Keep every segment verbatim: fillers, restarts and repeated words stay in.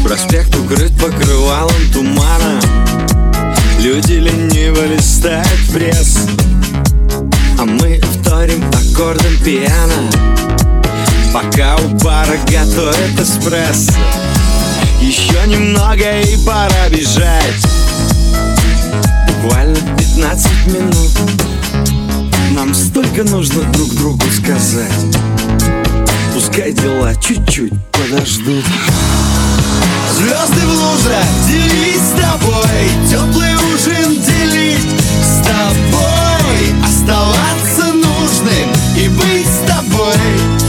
Проспект укрыт покрывалом тумана. Люди лениво листают пресс, а мы вторим аккордом пиано, пока у бара готовят эспрессо. Еще немного и пора бежать. Буквально пятнадцать минут. Нам столько нужно друг другу сказать. Пускай дела чуть-чуть подождут. Звезды в лужах делить с тобой, теплый ужин делить с тобой, оставаться нужным и быть с тобой.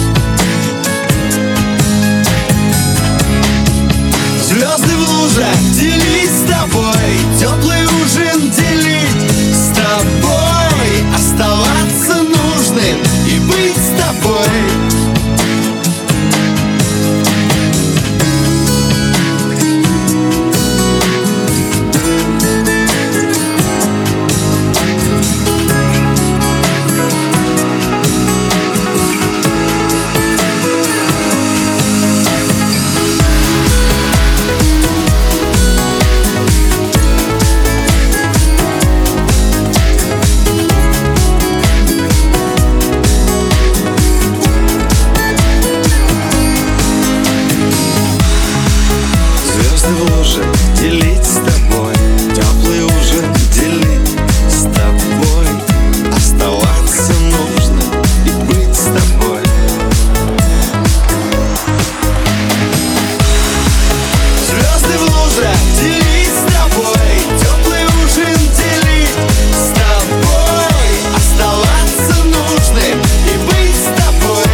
Звезды в лужах делить с тобой, теплый ужин делить с тобой, оставаться нужным и быть с тобой. Делить с тобой, теплый ужин делить с тобой, оставаться нужным и быть с тобой. Звезды в лужах делить с тобой, теплый ужин делить с тобой, оставаться нужным и быть с тобой.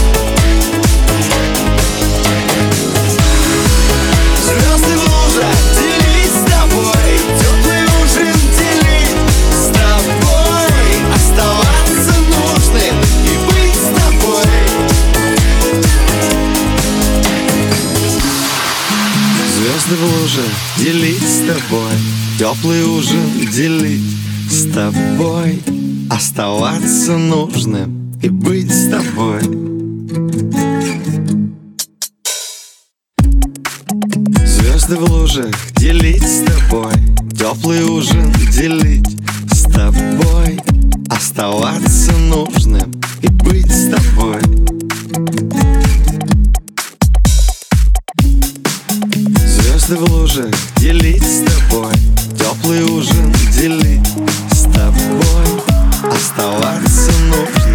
Звезды в лужах делить с тобой, теплый ужин делить с тобой, оставаться нужным и быть с тобой. Звезды в лужах делить с тобой, теплый ужин делить с тобой, оставаться нужным и быть с тобой. Звезды в лужах делить с тобой, теплый ужин делить с тобой, оставаться нужным и быть с тобой. Звезды в лужах делить с тобой, теплый ужин делить с тобой, оставаться нужным.